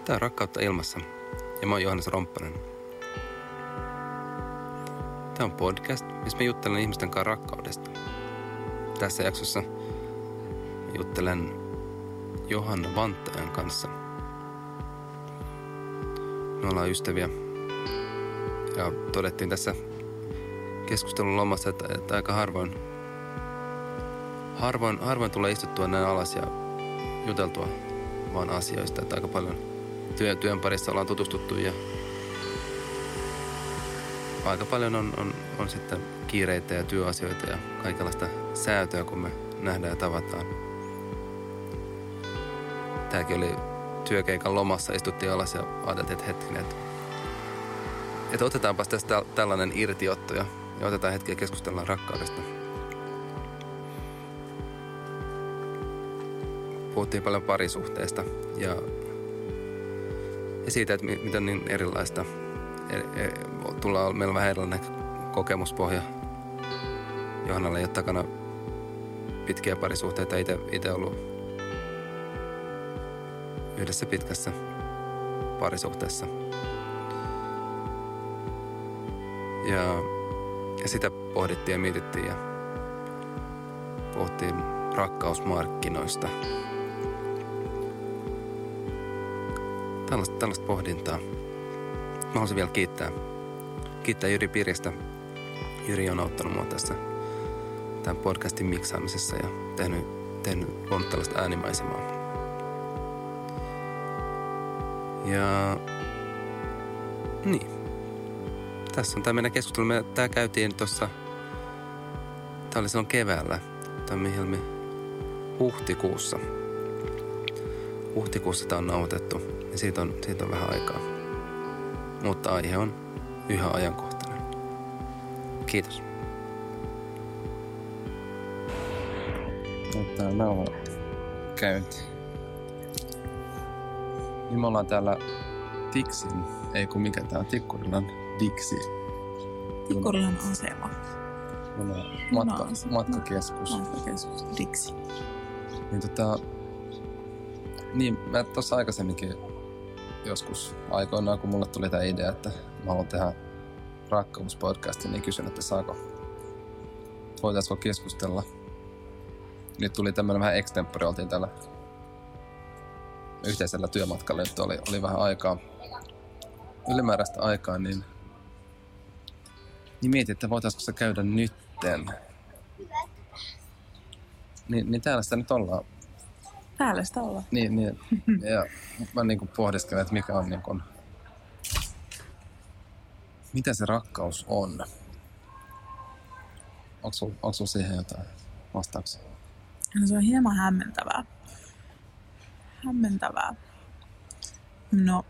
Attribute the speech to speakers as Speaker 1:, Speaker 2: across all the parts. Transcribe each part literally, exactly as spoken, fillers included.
Speaker 1: Tää on Rakkautta ilmassa ja mä oon Johannes Romppanen. Tää on podcast, missä mä juttelen ihmisten kanssa rakkaudesta. Tässä jaksossa mä juttelen Johanna Vanttajan kanssa. Me ollaan ystäviä ja todettiin tässä keskustelun lomassa, että, että aika harvoin, harvoin, harvoin tulee istuttua näin alas ja juteltua vaan asioista, että aika paljon työn, työn parissa ollaan tutustuttu ja aika paljon on, on, on sitten kiireitä ja työasioita ja kaikenlaista säätöä, kun me nähdään ja tavataan. Tääkin oli työkeikan lomassa, istuttiin alas ja ajateltiin, että hetkinen, että, että otetaanpas tästä tällainen irtiotto ja, ja otetaan hetki ja keskustellaan rakkaudesta. Puhuttiin paljon parisuhteesta ja, ja siitä, että miten niin erilaista. E, e, tullaan, meillä on vähän erilainen kokemuspohja. Johannalla ei ole takana pitkiä parisuhteita. Itse, itse ollut yhdessä pitkässä parisuhteessa. Ja, ja sitä pohdittiin ja mietittiin ja puhuttiin rakkausmarkkinoista. Tällaista, tällaista pohdintaa. Mä haluaisin vielä kiittää, kiittää Jyri Piristä. Jyri on auttanut mua tässä tämän podcastin miksaamisessa ja tehnyt, tehnyt luonut tällaista äänimaisemaa. Ja niin. Tässä on tämä meidän keskustelu. Me, tämä käytiin tuossa, tämä oli silloin keväällä, tammi-helmi huhtikuussa. Huhtikuussa tämä on nauhoitettu ja siitä on, siitä on vähän aikaa. Mutta aihe on yhä ajankohtainen. Kiitos. Tämä on nauha käynti. Niin me ollaan täällä Tiksin, ei kun mikä tää on, Tikkurilan Diksi.
Speaker 2: Tikkurilan asema.
Speaker 1: Matka, matkakeskus.
Speaker 2: Matkakeskus, Diksi.
Speaker 1: Niin tota, niin mä tuossa aikaisemminkin joskus aikoinaan, kun mulle tuli tämä idea, että mä haluan tehdä rakkauspodcastin, niin kysyn, että saako, voitaisiko keskustella. Nyt tuli tämmöinen vähän extempore, oltiin täällä yhteisellä työmatkalla, nyt oli, oli vähän aikaa, ylimääräistä aikaa, niin, niin mietin, että voitaisiko se käydä nytten. Ni, niin täällä sitä nyt ollaan.
Speaker 2: Täällä sitä ollaan.
Speaker 1: Niin, niin. Ja mä niin kuin pohdiskelen, että mikä on niin kuin, mitä se rakkaus on? Onko sulla onko sul siihen jotain vastauksia?
Speaker 2: No, se on hieman hämmentävää. Hämmentävää. No,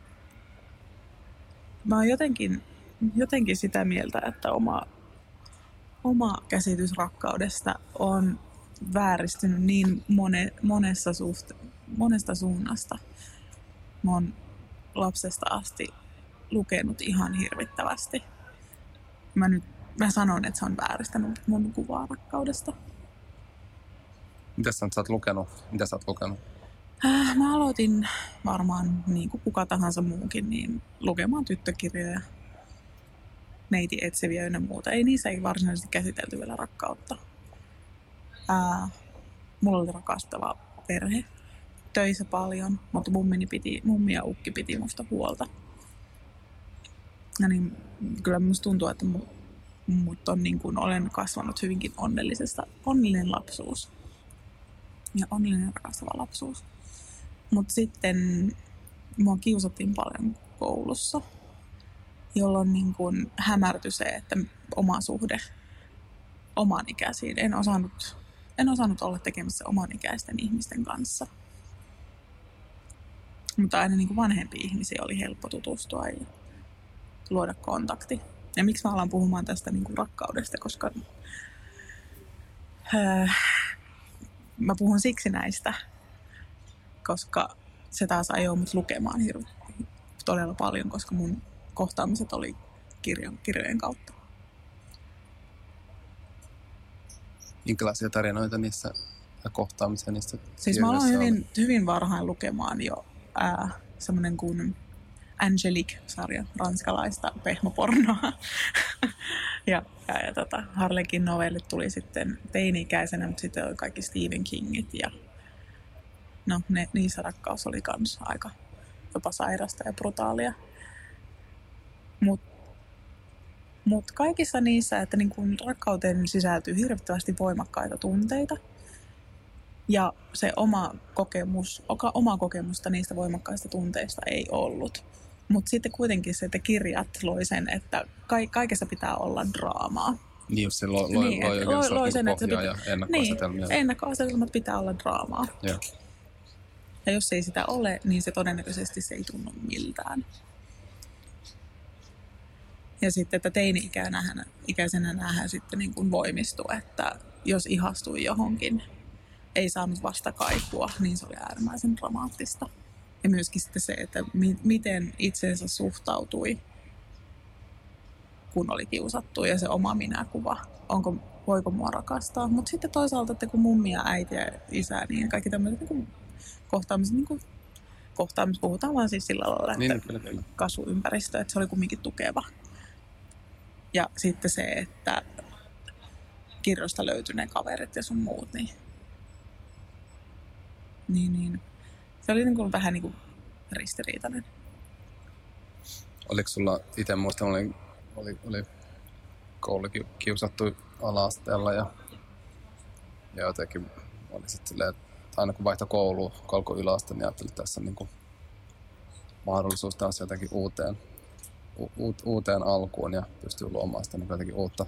Speaker 2: mä oon jotenkin, jotenkin sitä mieltä, että oma, oma käsitys rakkaudesta on vääristynyt niin mone, monessa suhte, monesta suunnasta. Mä oon lapsesta asti lukenut ihan hirvittävästi. Mä nyt mä sanon, että se on vääristänyt mun kuvaa rakkaudesta.
Speaker 1: Mitä sä oot lukenut? Mitä sä oot lukenut?
Speaker 2: Äh, mä aloitin varmaan niin kuin kuka tahansa muukin niin lukemaan tyttökirjoja, neiti etsiviä ynnä muuta. Ei niissä ei varsinaisesti käsitelty vielä rakkautta. Äh, mulla oli rakastava perhe, töissä paljon, mutta mummini piti, mummi ja ukki piti musta huolta. Ja niin, kyllä musta tuntuu, että mut, mut on niin kuin, olen kasvanut hyvinkin onnellisesta, onnellinen lapsuus. Ja onnellinen rakastava lapsuus. Mutta sitten mua kiusattiin paljon koulussa, jolloin niin kuin hämärtyi se, että oma suhde oman ikäisiin. En osannut, en osannut olla tekemässä oman ikäisten ihmisten kanssa. Mutta aina niin kuin vanhempia ihmisiä oli helppo tutustua ja luoda kontakti. Ja miksi mä alan puhumaan tästä niin kuin rakkaudesta, koska öö, mä puhun siksi näistä, koska se taas ajoi mut lukemaan hirveän todella paljon, koska mun kohtaamiset oli kirjo, kirjojen kautta.
Speaker 1: Minkälaisia tarinoita niissä ja kohtaamisia niissä
Speaker 2: Siis mä aloin hyvin, hyvin varhain lukemaan jo ää, semmoinen kuin Angelique-sarja, ranskalaista pehmopornoa. ja ja, ja tota, Harlekin novellit tuli sitten teini-ikäisenä, mutta sitten oli kaikki Stephen Kingit. Ja no, ne, niissä rakkaus oli kans aika jopa sairasta ja brutaalia. Mutta mut kaikissa niissä, että niin kun rakkauteen sisältyy hirvittävästi voimakkaita tunteita. Ja se oma kokemus, oma kokemusta niistä voimakkaista tunteista ei ollut. Mutta sitten kuitenkin se, että kirjat loi sen, että kaikessa pitää olla draamaa.
Speaker 1: Niin, jos se loi, loi,
Speaker 2: niin,
Speaker 1: loi,
Speaker 2: loi, loi sen, että
Speaker 1: pohjaa ja ennakkoasetelmia.
Speaker 2: Niin, ennakkoasetelmat pitää olla draamaa.
Speaker 1: Ja.
Speaker 2: ja jos ei sitä ole, niin se todennäköisesti se ei tunnu miltään. Ja sitten, että teini-ikäisenä näähän sitten niin kuin voimistui, että jos ihastui johonkin, ei saanut vastakaikua, niin se oli äärimmäisen dramaattista. Ja myöskin sitten se, että mi- miten itseensä suhtautui, kun oli kiusattu ja se oma minäkuva. Onko, voiko mua rakastaa? Mutta sitten toisaalta, että kun mummi ja äiti ja isä, niin kaikki tämmöiset niin kohtaamiset, niin kuin, kohtaamiset puhutaan vaan siis sillä lailla, että
Speaker 1: niin, kyllä, kyllä.
Speaker 2: kasvuympäristö, että se oli kumminkin tukeva. Ja sitten se, että kirjoista löytyi ne kaverit ja sun muut, niin, niin, niin. Se oli niin kuin vähän niin kuin ristiriitainen.
Speaker 1: Oliko sulla itse muista, oli, oli, oli koulukiusattu ala-asteella ja, ja jotenkin oli sitten silleen, että aina kun vaihtoi kouluun, kun alkoi yläaste, niin ajattelin, että tässä on niin kuin mahdollisuus taas jotenkin uuteen, u, uuteen alkuun ja pystyy luomaan sitä niin jotenkin uutta,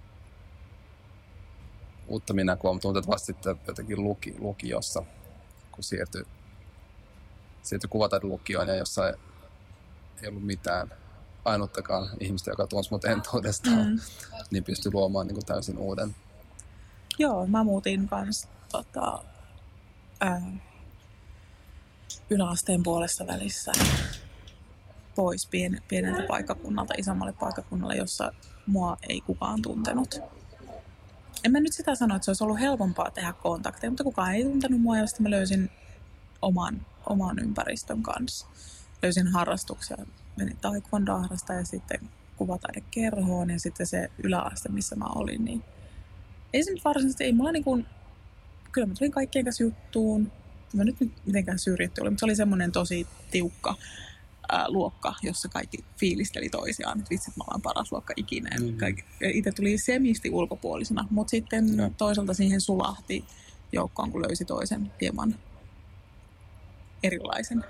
Speaker 1: uutta minäkuvaa. Mutta tuntuu, että vasta sitten jotenkin luki, lukiossa, kun siirtyi, siirtyi kuvataidon lukioon ja jossain ei ollut mitään ainuttakaan ihmistä, joka tunsi mut entuudestaan, mm. niin pystyi luomaan niin kuin täysin uuden.
Speaker 2: Joo, mä muutin kanssa tota, ää, yläasteen puolessa välissä pois pien, pieneltä paikkakunnalta, isommalle paikkakunnalle, jossa mua ei kukaan tuntenut. En mä nyt sitä sano, että se olisi ollut helpompaa tehdä kontakteja, mutta kukaan ei tuntenut mua ja sitten mä löysin oman, oman ympäristön kanssa. Löysin harrastuksia, menin taekwondoa harrastaa ja sitten kuvataidekerhoon ja sitten se yläaste, missä mä olin, niin ei se nyt varsinaisesti, ei mulla niin kuin, kyllä mä tulin kaikkien kanssa juttuun, mä nyt mitenkään syrjitty oli, mutta se oli semmoinen tosi tiukka ää, luokka, jossa kaikki fiilisteli toisiaan, että vitsit, mä olen paras luokka ikinä. Mm-hmm. Itse tuli semisti ulkopuolisena, mutta sitten no. toisaalta siihen sulahti joukkoon, kun löysi toisen hieman erilaisen.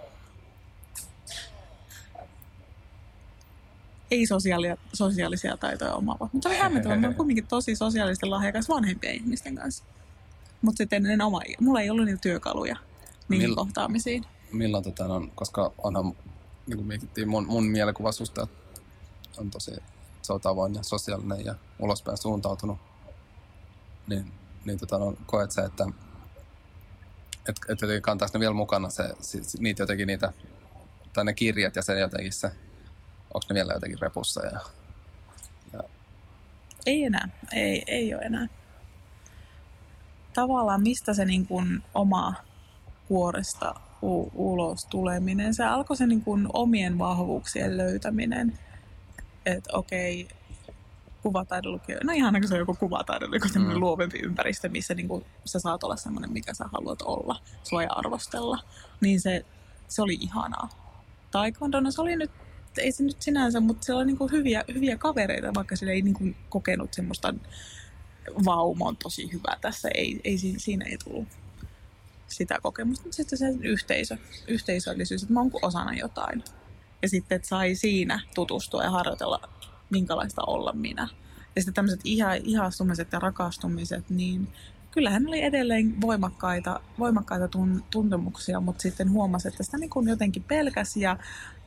Speaker 2: Ei sosiaalia, sosiaalisia taitoja omaava. Mutta se oli hämmentävä. Mä olen kumminkin tosi sosiaalisesti lahjakas vanhempien ihmisten kanssa. Mutta sitten en oma, mulla ei ollut niitä työkaluja niihin Mill, kohtaamisiin.
Speaker 1: Milloin tätä on, koska onhan, niin kuin mietittiin, mun, mun mielikuva susta on tosi, se on tavoin ja sosiaalinen ja ulospäin suuntautunut. Niin, niin tota, on, koet se, että et, et jotenkin kantaisi ne vielä mukana se, se, niitä jotenkin niitä, tai ne kirjat ja se jotenkin se, onko ne vielä jotenkin repussa? Ja, ja...
Speaker 2: Ei enää. Ei, ei ole enää. Tavallaan mistä se niin kuin oma kuoresta u- ulos tuleminen, se alkoi se niin kuin omien vahvuuksien löytäminen. Että okei, kuvataidolukio, no ihana kun se on joku kuvataidolukio, tämmöinen mm. luovempi ympäristö, missä niin kuin sä saat olla semmoinen, mikä sä haluat olla, sua ja arvostella. Niin se, se oli ihanaa. Taekwondona se oli nyt ei se nyt sinänsä, mutta siellä on niin kuin hyviä, hyviä kavereita, vaikka sillä ei niin kuin kokenut semmoista vaumo on tosi hyvä tässä. Ei, ei, siinä ei tullut sitä kokemusta, mutta sitten se yhteisö, yhteisöllisyys, että mä oon osana jotain. Ja sitten, että sai siinä tutustua ja harjoitella, minkälaista olla minä. Ja sitten tämmöiset iha, ihastumiset ja rakastumiset, niin kyllähän oli edelleen voimakkaita, voimakkaita tun, tuntemuksia, mutta sitten huomasi, että sitä niin kuin jotenkin pelkäsi ja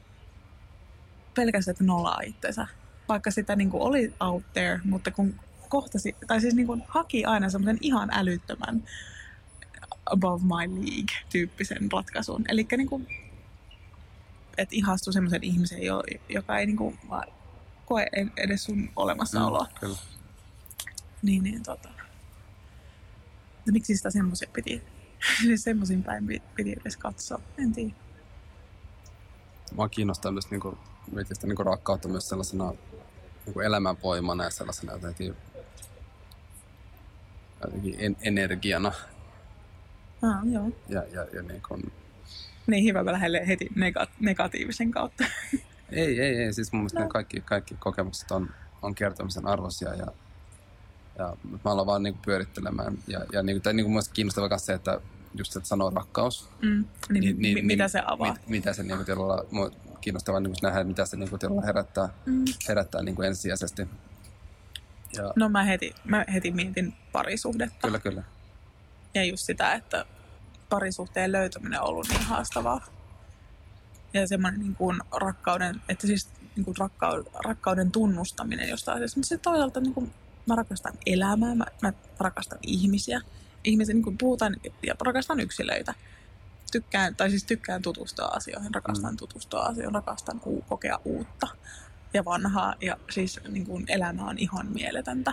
Speaker 2: pelkästään, että nollaa itsensä. Vaikka sitä niin kuin oli out there, mutta kun kohtasi, tai siis niin kuin haki aina semmoisen ihan älyttömän above my league-tyyppisen ratkaisun. Eli niin kuin, että ihastui semmoisen ihmisen, joka ei niin kuin koe edes sun olemassaoloa. Mm, kyllä. Niin, niin tota. Ja miksi sitä semmoisia piti, semmoisiin päin piti edes katsoa? En tiedä.
Speaker 1: mua kiinnostaa myös niinku, sitä niinku rakkautta myös sellaisena niinku elämänvoimana ja sellaisena jotenkin, jotenkin en, energiana.
Speaker 2: Ah, joo.
Speaker 1: Ja, ja, ja niin kuin...
Speaker 2: Niin hyvä lähelle heti nega- negatiivisen kautta.
Speaker 1: Ei, ei, ei. Siis mun mielestä no. kaikki, kaikki kokemukset on, on kertomisen arvoisia ja, ja mä aloin vaan niinku pyörittelemään. Ja, ja niinku, tai niinku mun mielestä kiinnostava myös se, että just se, että sanoo rakkaus.
Speaker 2: Mm, niin, niin, niin, mitä niin, se avaa?
Speaker 1: Mit, mitä se niinku tietyllä kiinnostavaa niinku nähdä, mitä se niinku tietyllä herättää, mm. herättää niinku ensisijaisesti. Ja...
Speaker 2: No mä heti, mä heti mietin parisuhdetta.
Speaker 1: Kyllä, kyllä.
Speaker 2: Ja just sitä, että parisuhteen löytäminen on ollut niin haastavaa. Ja semmoinen niin kuin rakkauden, että siis niin kuin rakkauden, rakkauden tunnustaminen jostain asiasta. Mutta sitten toisaalta niin kuin mä rakastan elämää, mä, mä rakastan ihmisiä. Ihmisiä niin kuin puhutaan ja rakastan yksilöitä. Tykkään, tai siis tykkään tutustua asioihin, rakastan mm. tutustua asioihin, rakastan u- kokea uutta ja vanhaa. Ja siis niin kuin elämä on ihan mieletöntä.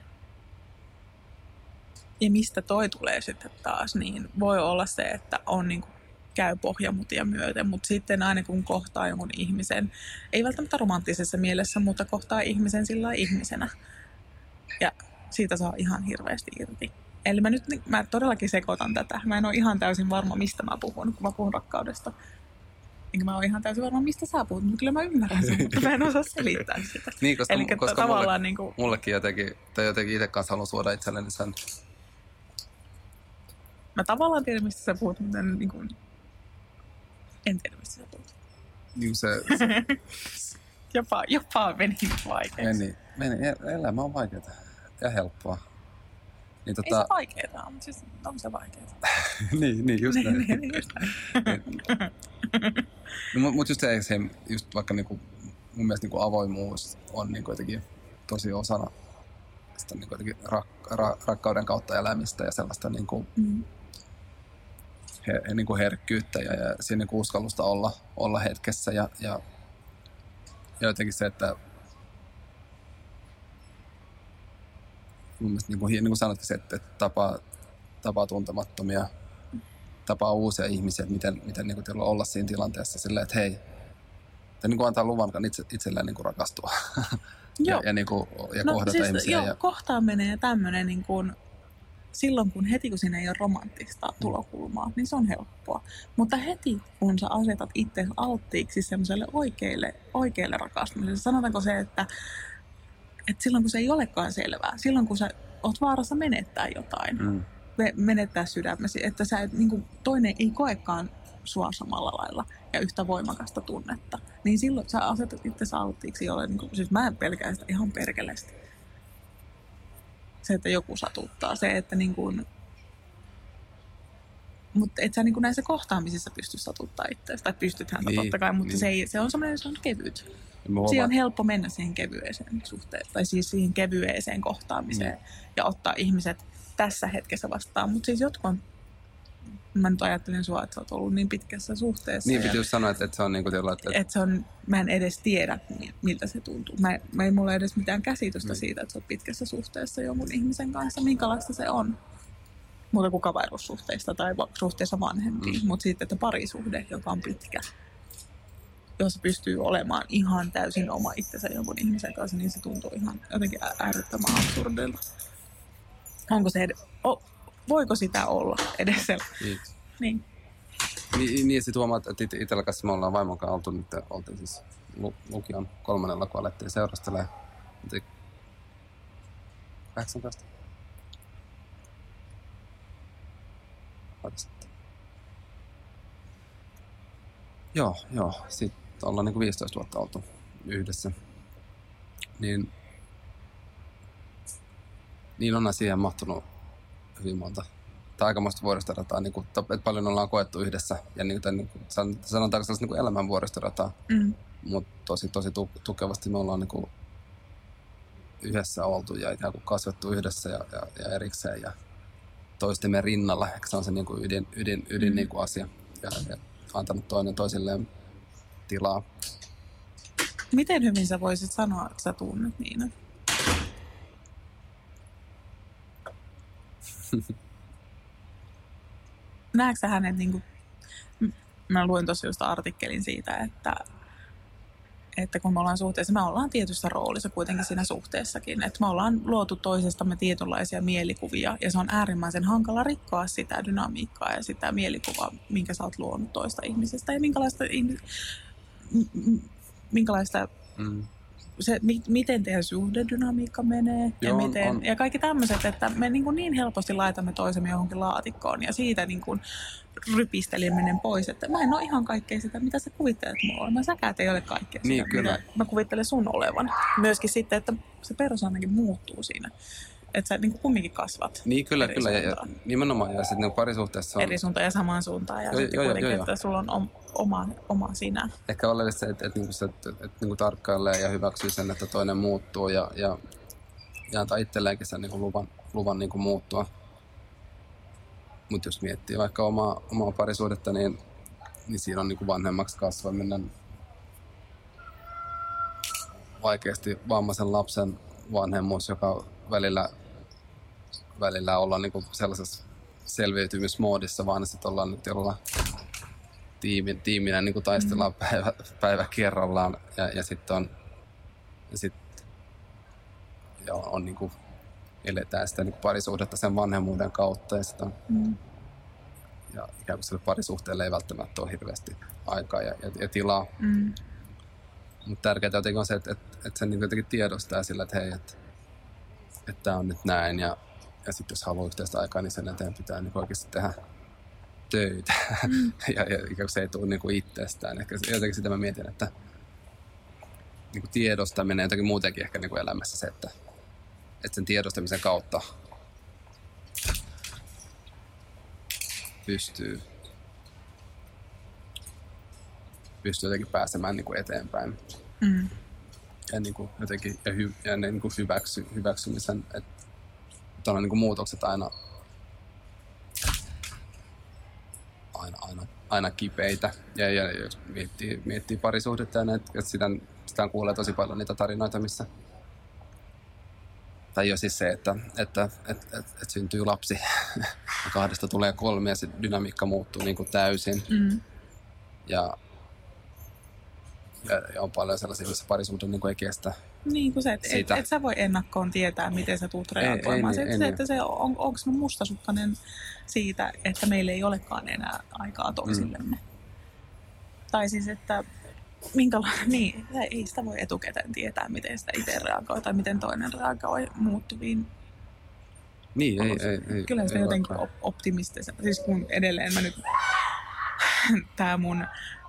Speaker 2: Ja mistä toi tulee sitten taas, niin voi olla se, että on niin kuin käy pohjamutia myöten, mutta sitten aina kun kohtaa jonkun ihmisen, ei välttämättä romanttisessa mielessä, mutta kohtaa ihmisen sillä ihmisenä. Ja siitä saa ihan hirveästi irti. Eli mä nyt mä todellakin sekoitan tätä. Mä en ole ihan täysin varma, mistä mä puhun, kun mä puhun rakkaudesta. Enkä mä ole ihan täysin varma, mistä sä puhut, mutta kyllä mä ymmärrän sen, mutta mä en osaa selittää sitä.
Speaker 1: Niin, koska,
Speaker 2: Eli
Speaker 1: koska
Speaker 2: tavallaan
Speaker 1: mulle,
Speaker 2: niin kuin...
Speaker 1: mullekin jotenkin, tai jotenkin itse kanssa haluan suoda itselleni sen.
Speaker 2: Mä tavallaan tiedän, mistä sä puhut, mutta en, niin kuin... en tiedä, mistä sä puhut.
Speaker 1: Niin se... se...
Speaker 2: jopa, jopa meni vaikeaksi.
Speaker 1: Meni, meni. Elämä on vaikeaa ja helppoa. Niin, tota...
Speaker 2: Ei se vaikeaa, mutta siis on se vaikeaa.
Speaker 1: niin, niin, just näin.
Speaker 2: niin, niin, just näin.
Speaker 1: no, mutta just se, se just vaikka niinku, mun mielestä niinku avoimuus on niinku jotenkin tosi osana sitä niinku jotenkin rak, ra, rakkauden kautta elämistä ja sellaista niinku, mm. he, niinku herkkyyttä ja, ja siinä niinku uskallusta olla, olla hetkessä ja, ja, ja jotenkin se, että mun mielestä niin kuin, niin kuin sanotkin se, että tapaa, tapaa tuntemattomia, tapaa uusia ihmisiä, että miten, miten niin kuin, olla siinä tilanteessa silleen, että hei, että niin kuin antaa luvan itse, itselleen niin kuin rakastua ja, ja, niin kuin, ja
Speaker 2: no,
Speaker 1: kohdata
Speaker 2: siis,
Speaker 1: ihmisiä.
Speaker 2: Joo,
Speaker 1: ja...
Speaker 2: kohtaaminen ja tämmöinen niin kuin, silloin kun heti kun siinä ei ole romanttista mm. tulokulmaa, niin se on helppoa. Mutta heti kun sä asetat itse alttiiksi semmoiselle oikealle, oikealle rakastumiselle, sanotaanko se, että että silloin kun se ei olekaan selvää, silloin kun sä oot vaarassa menettää jotain, mm. menettää sydämesi, että sä et, niin kuin toinen ei koekaan sua samalla lailla ja yhtä voimakasta tunnetta, niin silloin sä asetat itse alttiiksi, jolle, niin kuin, siis mä en pelkää sitä ihan perkeleesti. Se, että joku satuttaa, se, että niin kuin, mutta et sä niin kuin näissä kohtaamisissa pysty satuttaa itseäsi, tai pystythän niin, totta kai, mutta niin. se, ei, se on semmoinen, se on kevyt. Siinä on helppo mennä siihen kevyeseen suhteen, tai siis siihen kevyeseen kohtaamiseen mm. ja ottaa ihmiset tässä hetkessä vastaan. Mutta siis jotkut on, mä nyt ajattelen sua, että sä oot ollut niin pitkässä suhteessa.
Speaker 1: Niin, piti just sanoa, että, että se on niin kuin että...
Speaker 2: että se on, mä en edes tiedä, miltä se tuntuu. Mä, mä ei mulla ole edes mitään käsitystä mm. siitä, että sä oot pitkässä suhteessa jonkun ihmisen kanssa, minkälaista se on. Muuta kuin kaverussuhteista tai suhteessa vanhempiin, mm. mutta sitten, että parisuhde, joka on pitkä. Jos pystyy olemaan ihan täysin oma itsensä jonkun ihmisen kanssa, niin se tuntuu ihan jotenkin äärettömän absurdilta. Onko se edes, oh, voiko sitä olla edes sellainen? Niin.
Speaker 1: Niin, niin sitten huomaat, että itsellä kanssa me ollaan vaimon kanssa oltu nyt, oltiin siis lukion kolmannella, kun alettiin seurastelemaan. kahdeksantoista. Joo, joo. Sitten ollaan niin kuin viisitoista vuotta oltu yhdessä. Niin, niin on siihen mahtunut hyvin monta. Tai aikamoista vuoristorataa, niin kuin, että paljon ollaan koettu yhdessä. Ja niin, niin kuin, sanotaanko sellaista niin elämän vuoristorataa. Mm. Mutta tosi, tosi tukevasti me ollaan niin kuin yhdessä oltu ja ikään kuin kasvettu yhdessä ja, ja, ja erikseen. Ja toistemme rinnalla. Ehkä se on se niin kuin ydin, ydin, ydin mm. niin kuin asia. Ja, ja antanut toinen toisilleen tilaa.
Speaker 2: Miten hyvin sä voisit sanoa, että sä tunnet Niina? Näetkö sä hänet niin kuin... Mä luin tuossa just artikkelin siitä, että, että kun me ollaan suhteessa, me ollaan tietyssä roolissa kuitenkin siinä suhteessakin, että me ollaan luotu toisestamme tietynlaisia mielikuvia ja se on äärimmäisen hankala rikkoa sitä dynamiikkaa ja sitä mielikuvaa, minkä sä oot luonut toista ihmisestä ja minkälaista, minkälaista mm. se, miten teidän suhdedynamiikka menee ja,
Speaker 1: Joo,
Speaker 2: miten,
Speaker 1: on.
Speaker 2: ja kaikki tämmöiset, että me niin, kuin niin helposti laitamme toisemme johonkin laatikkoon ja siitä niin kuin rypisteleminen pois, että mä en ole ihan kaikkea sitä, mitä sä kuvittelet mulla olevan. Säkään ei ole kaikkea sitä,
Speaker 1: niin,
Speaker 2: mitä mä kuvittelen sun olevan. Myöskin sitten, että se persoonankin muuttuu siinä. Että sä niin kuin kumminkin kasvat.
Speaker 1: Niin, kyllä, kyllä. Ja, ja, nimenomaan. Ja sitten niin parisuhteessa on...
Speaker 2: Eri suuntaan ja samaan suuntaan. Ja
Speaker 1: jo,
Speaker 2: sitten
Speaker 1: jo,
Speaker 2: kuitenkin,
Speaker 1: jo, jo.
Speaker 2: että sulla on oma, oma sinä.
Speaker 1: Ehkä oleellista se, että, että, että, että, että, että niin tarkkailee ja hyväksyy sen, että toinen muuttuu ja, ja, ja antaa itselleenkin sen niin luvan, luvan niin muuttua. Mutta jos miettii vaikka omaa, omaa parisuhdetta, niin, niin siinä on niin vanhemmaksi kasvaminen, vaikeasti vammaisen lapsen vanhemmuus, joka välillä, välillä ollaan niin sellaisessa selviytymismoodissa, vaan sitten ollaan nyt jollain tiimin, tiiminä niin taistellaan mm. päivä, päivä kerrallaan ja, ja sitten on ja sit, ja on, on niin kuin, eletään sitä niin parisuhdetta sen vanhemmuuden kautta ja, on, mm. ja ikään kuin sille parisuhteelle ei välttämättä ole hirveästi aikaa ja, ja, ja tilaa. Mm. Mutta tärkeää jotenkin on se, että, että, että sen niin jotenkin tiedostaa sillä, että hei, että, että tämä on nyt näin ja, ja sitten jos haluaa yhteistä aikaa, niin sen eteen pitää niin oikeasti tehdä töitä. Mm. ja, ja ikään kuin se ei tule niin kuin itsestään. Ehkä jotenkin sitä mä mietin, että niin kuin tiedostaminen jotenkin muutenkin ehkä niin kuin elämässä se, että, että sen tiedostamisen kautta pystyy, pystyy jotenkin pääsemään niin kuin eteenpäin. Mm. Ja, niin kuin jotenkin, ja, hy, ja niin kuin hyväksy, hyväksymisen, että, että on niin kuin muutokset aina, aina, aina, aina kipeitä. Ja, ja jos miettii, miettii parisuhdetta ja näitä, että sitä, sitä kuulee tosi paljon niitä tarinoita, missä tai jo siis se, että, että, että, että, että syntyy lapsi ja kahdesta tulee kolme ja se dynamiikka muuttuu niin kuin täysin. Mm. Ja, ja, ja on paljon sellaisia, missä parisuhde niin kuin ei kestä.
Speaker 2: Niin kuin se, että et, et sä voi ennakkoon tietää, miten sä tulet reagoimaan. Ei, ei, se, ei, se, että se on, onko mä mustasukkainen siitä, että meillä ei olekaan enää aikaa toisillemme. Mm. Tai siis, että minkälainen, niin, ei sitä voi etukäteen tietää, miten sitä itse reagoi tai miten toinen reagoi muuttuviin.
Speaker 1: Niin, ei, ei, ei.
Speaker 2: Kyllä sitä
Speaker 1: ei
Speaker 2: jotenkin op- optimistisen. Siis kun edelleen mä nyt, tää mun,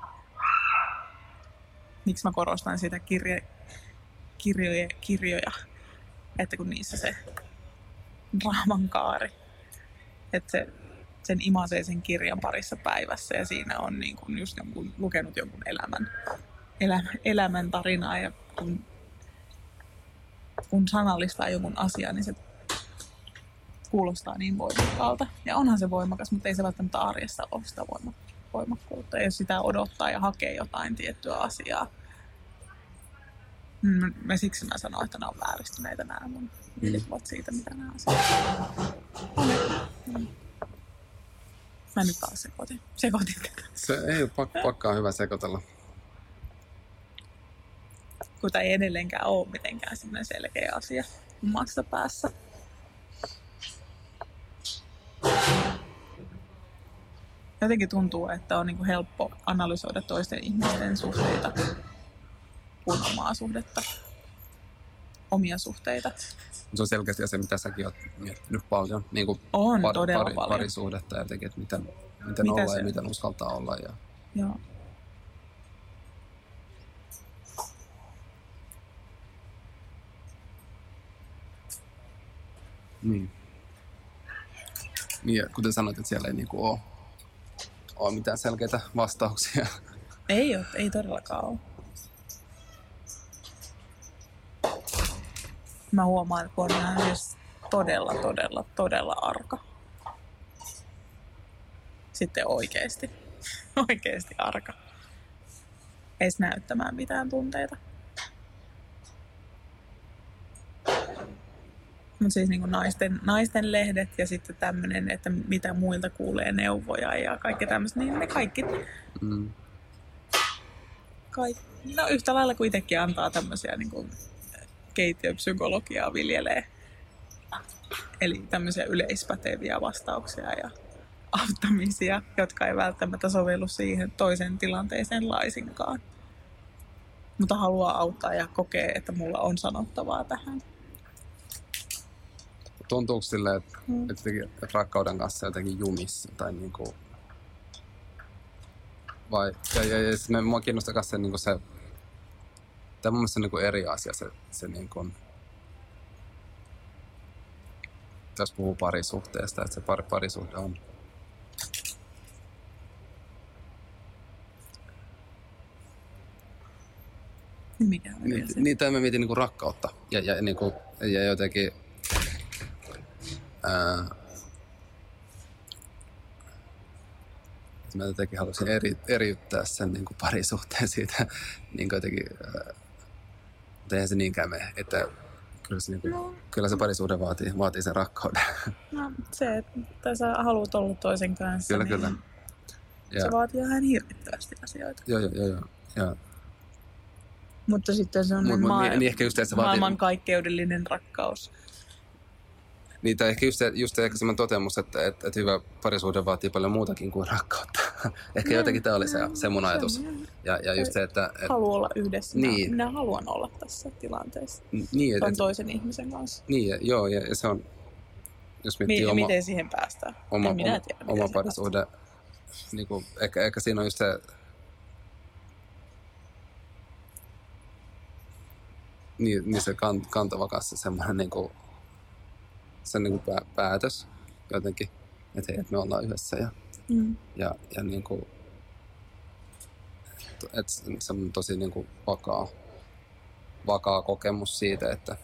Speaker 2: miksi mä korostan sitä kirje, kirjoja, kirjoja, että kun niissä se draaman kaari, että se, sen imasee sen kirjan parissa päivässä ja siinä on niin kuin just jonkun, lukenut jonkun elämän, elämän, elämän tarinaa ja kun, kun sanallistaa jonkun asian, niin se kuulostaa niin voimakkaalta. Ja onhan se voimakas, mutta ei se välttämättä arjessa ole sitä voimakkuutta. Ja jos sitä odottaa ja hakee jotain tiettyä asiaa, mä siksi mä sanon, että nämä on vääristyneitä nämä mun mielikuvat siitä, mitä nämä asiat on. Mä nyt taas sekoitin. Sekoitin.
Speaker 1: Se ei ole pakko, pakko on hyvä sekoitella.
Speaker 2: Kun tämä ei edelleenkään ole mitenkään semmoinen selkeä asia omassa päässä. Jotenkin tuntuu, että on niinku helppo analysoida toisten ihmisten suhteita kuin omaa suhdetta. Omia suhteita.
Speaker 1: Se on selkeästi asia, mitä säkin olet miettinyt paljon. Niin kuin
Speaker 2: on
Speaker 1: pari,
Speaker 2: todella
Speaker 1: pari,
Speaker 2: paljon.
Speaker 1: Parisuhdetta ja jotenkin, että miten, miten olla se? Ja miten uskaltaa olla. Ja...
Speaker 2: Joo.
Speaker 1: Niin. Niin, kuten sanoit, että siellä ei niinku ole, ole mitään selkeitä vastauksia.
Speaker 2: Ei ole, ei todellakaan ole. Mä huomaan, että on siis todella, todella, todella arka. Sitten oikeesti. Oikeesti arka. Ei se näyttämään mitään tunteita. Mutta siis niinku naisten, naisten lehdet ja sitten tämmöinen, että mitä muilta kuulee neuvoja ja kaikki tämmöistä, niin ne kaikki... Mm. Kaik, no yhtä lailla kuin itsekin antaa tämmöisiä niinku keittiöpsykologiaa viljelee. Eli tämmöisiä yleispäteviä vastauksia ja auttamisia, jotka ei välttämättä sovellu siihen toisen tilanteeseen laisinkaan. Mutta haluaa auttaa ja kokee, että mulla on sanottavaa tähän.
Speaker 1: Tuntuuko silleen, että, hmm. että, että rakkauden kanssa jotenkin jumissa tai niinku... Vai... Ja, ja, ja sitten mua kiinnostaa myös se, niinku se... Tämä on mun mielestä niinku eri asia se, se niinku... Jos puhuu parisuhteesta, että se par, parisuhde on...
Speaker 2: Mikä on
Speaker 1: niin, niin, tai mä mietin niinku rakkautta ja, ja, niinku, ja jotenkin... Ää, mä jotenkin halusin eri, eriyttää sen niin kuin parisuhteen siitä, niin kuin jotenkin, ää, mutta eihän se niinkään mene, että kyllä se, niin kuin, no. kyllä se parisuhde vaatii, vaatii sen rakkauden.
Speaker 2: No se, että sä haluat olla toisen kanssa,
Speaker 1: kyllä,
Speaker 2: niin
Speaker 1: kyllä.
Speaker 2: Ja. Se vaatii ihan hirvittävästi asioita.
Speaker 1: Joo, joo, joo. joo. Ja.
Speaker 2: Mutta sitten se on
Speaker 1: mut,
Speaker 2: maa-
Speaker 1: niin, niin ehkä just, se
Speaker 2: maailmankaikkeudellinen rakkaus.
Speaker 1: Niin, tai ehkä just, just ehkä semmoinen toteamus, että, että, että hyvä parisuhde vaatii paljon muutakin kuin rakkautta. ehkä no, jotenkin tämä oli se, se mun ajatus. Ja, ja just se, että... että
Speaker 2: haluan olla yhdessä.
Speaker 1: Niin.
Speaker 2: Minä haluan olla tässä tilanteessa.
Speaker 1: Niin,
Speaker 2: on
Speaker 1: et,
Speaker 2: toisen ihmisen kanssa.
Speaker 1: Niin, ja, joo, ja se on... Jos miettii
Speaker 2: Mi-
Speaker 1: oma,
Speaker 2: miten siihen päästään?
Speaker 1: Oma,
Speaker 2: en minä tiedä,
Speaker 1: oma parisuhde. Niin kuin, ehkä, ehkä siinä on just se... Niin, niin se kan, kantava kanssa semmoinen niin kuin... Se niin kuin pää, päätös jotenkin, että hei, että me ollaan yhdessä ja, mm. ja, ja niin kuin, että se on tosi niin kuin vakaa, vakaa kokemus siitä, että,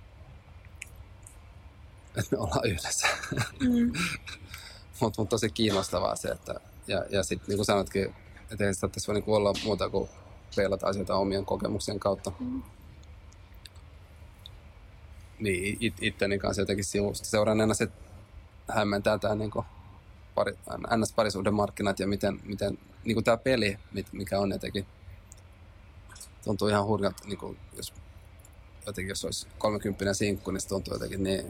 Speaker 1: että me ollaan yhdessä. Mm. Mutta mut tosi kiinnostavaa se, että ja, ja sitten niin kuin sanotkin, että ei sitä tässä voi niin kuin olla muuta kuin peilata asioita omien kokemuksien kautta. Mm. Niin, it, itteni kanssa jotenkin sivusta seuranneena se hämmentää tämä niinku pari, ns. Parisuhden markkinat ja miten, miten niinku tämä peli, mikä on jotenkin, tuntuu ihan hurjalta, niinku, jos, jotenkin jos olisi kolmekymppinen sinkku, niin se tuntuu jotenkin niin,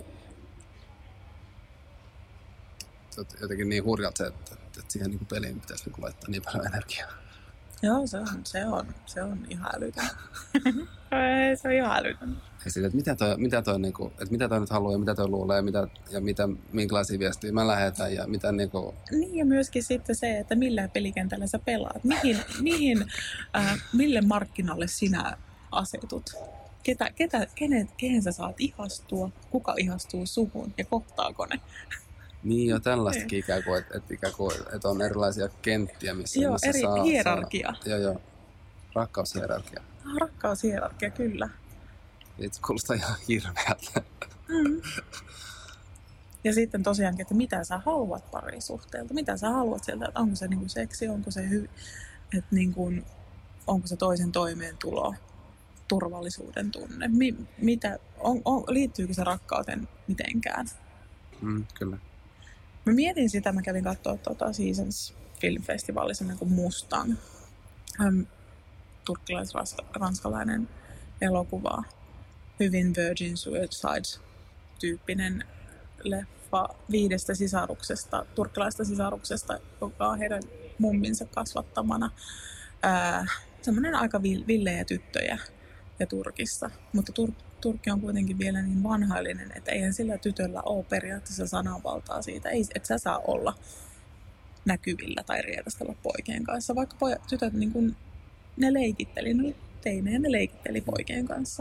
Speaker 1: jotenkin niin hurjalta se, että, että siihen niinku peliin pitäisi niinku laittaa niin paljon energiaa.
Speaker 2: Joo, se on, se on, se on ihan älytön. Se on ihan älytön.
Speaker 1: Ja siitä, että mitä toi, mitä toi, niinku, että mitä toi nyt haluaa ja mitä toi luulee ja, mitä, ja mitä, minkälaisia viestiä mä lähetän ja mitä niinku...
Speaker 2: Niin ja myöskin sitten se, että millä pelikentällä sä pelaat. Mihin, mihin äh, mille markkinalle sinä asetut? Ketä, ketä, kenet, kehen sä saat ihastua? Kuka ihastuu suhun ja kohtaako ne?
Speaker 1: Niin jo tällaistakin ikään kuin, että, että, ikään kuin, että on erilaisia kenttiä, missä,
Speaker 2: joo,
Speaker 1: missä
Speaker 2: eri
Speaker 1: saa...
Speaker 2: hierarkia.
Speaker 1: Saa, joo, joo. Rakkaushierarkia.
Speaker 2: Ah, rakkaushierarkia, kyllä.
Speaker 1: Itse kuulostaa ihan hirveältä.
Speaker 2: Mm. Ja sitten tosiaankin, että mitä sä haluat parisuhteelta, mitä sä haluat sieltä, että onko se niinku seksi, onko se hy, että niinku, onko se toisen toimeentulo, turvallisuuden tunne, Mi, mitä, on, on, liittyykö se rakkauteen mitenkään?
Speaker 1: Mm, kyllä.
Speaker 2: Mä mietin sitä, mä kävin katsoa tuota Seasons Film-festivaalissa niin kuin Mustang, ähm, turkkilais-ranskalainen elokuva, hyvin Virgin Suicides-tyyppinen leffa viidestä sisaruksesta, turkkilaista sisaruksesta, joka on heidän mumminsa kasvattamana. Äh, semmoinen aika villejä tyttöjä ja Turkissa, mutta Tur- Turkki on kuitenkin vielä niin vanhaillinen, että eihän sillä tytöllä ole periaatteessa sananvaltaa siitä, ei, et sä saa olla näkyvillä tai riedastella poikien kanssa, vaikka pojat, tytöt niin kun, ne leikitteli, ne oli teinejä, ne leikitteli poikien kanssa.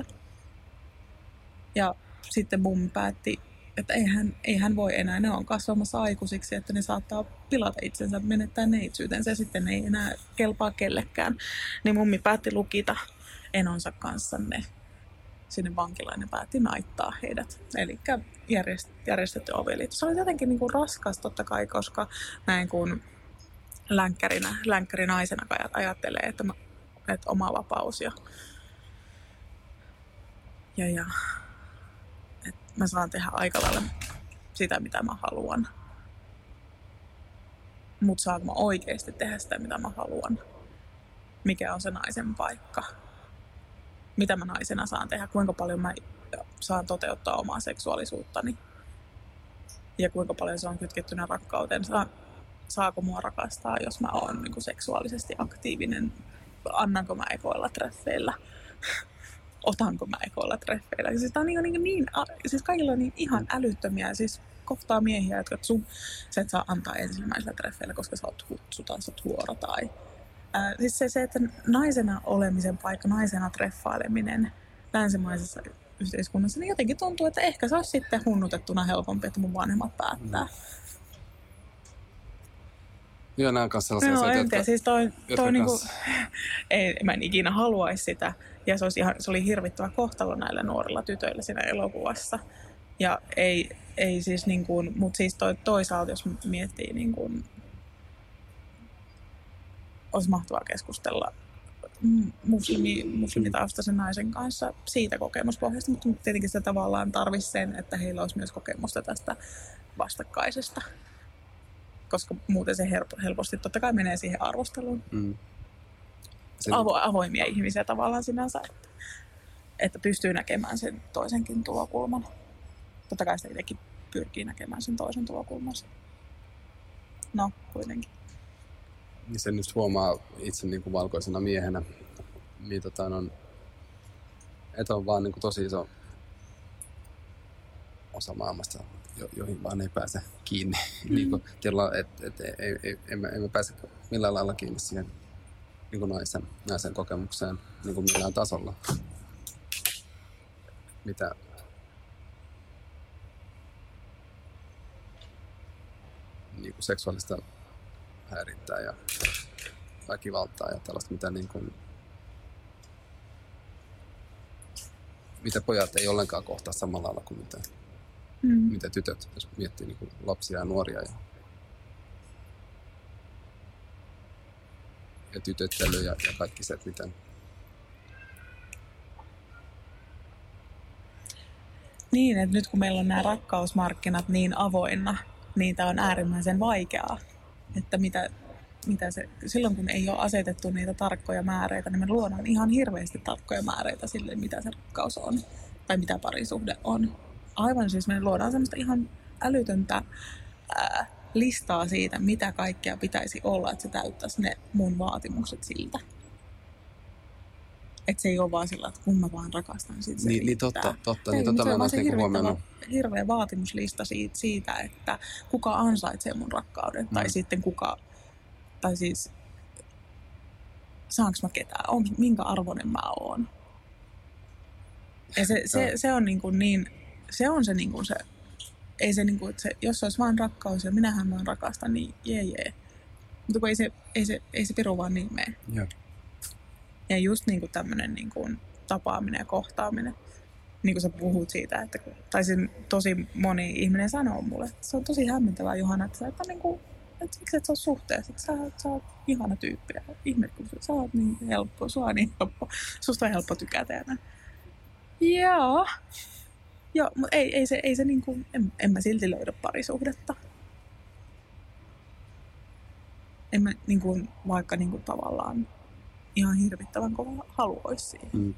Speaker 2: Ja sitten mummi päätti, että ei hän, ei hän voi enää, ne on kasvamassa aikuisiksi, että ne saattaa pilata itsensä, menettää neitsyytensä ja sitten ne ei enää kelpaa kellekään. Niin mummi päätti lukita enonsa kanssa ne sinne vankilaan ja päätti naittaa heidät. Eli järjest, järjestetty avioliitto. Se oli jotenkin niin kuin raskas totta kai, koska näin kuin länkkärinä, länkkkärinaisena ajattelee, että, mä, että oma vapaus ja, ja, ja et mä saan tehdä aika lailla sitä, mitä mä haluan. Mut saanko mä oikeasti tehdä sitä, mitä mä haluan? Mikä on se naisen paikka? Mitä mä naisena saan tehdä? Kuinka paljon mä saan toteuttaa omaa seksuaalisuuttani? Ja kuinka paljon se on kytkettynä rakkauteen? Saa, saako mua rakastaa, jos mä oon niin kuin seksuaalisesti aktiivinen? Annanko mä ekoilla treffeillä? Otanko mä ekoilla treffeillä? Siis, tää on niin, niin, niin, siis kaikilla on niin ihan älyttömiä. Siis kohtaa miehiä, jotka sun, sä et saa antaa ensimmäisellä treffeillä, koska sä oot hutsu tai sä oot huoro. Tai, ää, siis se, se, että naisena olemisen paikka, naisena treffaileminen länsimaisessa yhteiskunnassa, niin jotenkin tuntuu, että ehkä se olisi sitten hunnutettuna helpompi, että mun vanhemmat päättää. Mm.
Speaker 1: Joo, nämä on myös sellaisia
Speaker 2: no,
Speaker 1: asioita,
Speaker 2: jotka... Siis toi, toi niinku, ei, mä en ikinä haluaisi sitä. Ja se, olisi ihan, se oli hirvittävä kohtalo näillä nuorilla tytöillä siinä elokuvassa. Ja ei, ei siis niin kuin, mutta siis toi, toisaalta, jos miettii niin kuin, olisi mahtavaa keskustella muslimi, muslimitaustaisen naisen kanssa siitä kokemuspohjasta, mutta tietenkin se tavallaan tarvitsisi sen, että heillä olisi myös kokemusta tästä vastakkaisesta. Koska muuten se helposti totta kai menee siihen arvosteluun. Mm. Sen... Avo, avoimia ihmisiä tavallaan sinänsä, että, että pystyy näkemään sen toisenkin tulokulman. Totta kai sitä itsekin pyrkii näkemään sen toisen tulokulmansa. No, kuitenkin.
Speaker 1: Niin sen just huomaa itse niin kuin valkoisena miehenä, niin tota, on, että on vaan niin kuin tosi iso osa maailmasta, jo, joihin vaan ei pääse kiinni. Mm. niin kuin, tiedällä, et, et, ei, ei, emme, emme pääse millään lailla kiinni siihen niin kuin naisen, naisen kokemukseen niin kuin millään tasolla. Mitä niin kuin seksuaalista häirintää ja väkivaltaa ja tällaista, mitä, niin kuin, mitä pojat ei ollenkaan kohtaa samalla lailla kuin mitä, mm. mitä tytöt, jos miettii niin kuin lapsia ja nuoria. Ja, ja tytöttely ja, ja kaikki se, että miten...
Speaker 2: Niin, että nyt kun meillä on nämä rakkausmarkkinat niin avoinna, niin tämä on äärimmäisen vaikeaa. Että mitä, mitä se, silloin kun ei ole asetettu niitä tarkkoja määreitä, niin me luodaan ihan hirveästi tarkkoja määreitä sille, mitä se rakkaus on tai mitä parisuhde on. Aivan siis me luodaan semmoista ihan älytöntä ää, listaa siitä, mitä kaikkea pitäisi olla, että se täyttäisi ne mun vaatimukset siltä. Että se ei ole vaan sillä, että kun mä vaan rakastan, sit se
Speaker 1: niin, niin totta, totta. Ei, niin totta mä
Speaker 2: se hirveä, hirveä vaatimuslista siitä, siitä, että kuka ansaitsee mun rakkauden. Mm. Tai sitten kuka, tai siis saanko mä ketään, on, minkä arvoinen mä oon. Ja se, se, se on niin kuin niin, se on se niin kuin se, ei se niin kuin, että se, jos se olisi vaan rakkaus ja minähän vaan rakastan, niin jee jee. Mutta kun ei se, ei se, ei se piru vaan niin mene.
Speaker 1: Joo.
Speaker 2: Ja just niin kuin tämmöinen niin kuin tapaaminen ja kohtaaminen, niin kuin sä puhut siitä, että tai siis tosi moni ihminen sanoo mulle, että se on tosi hämmentävää, Johanna, että sä et, niin kuin, että miksi et sä ole suhteessa, että sä, sä oot ihana tyyppi. Ihme, kun sä oot niin helppo, sua on niin helppo, susta on helppo tykätä. Ja joo, joo, mutta ei, ei se, ei se niin kuin, en, en mä silti löydä parisuhdetta. En mä niin kuin, vaikka niin kuin tavallaan ihan hirvittävän kova halu olisi siihen. Mm.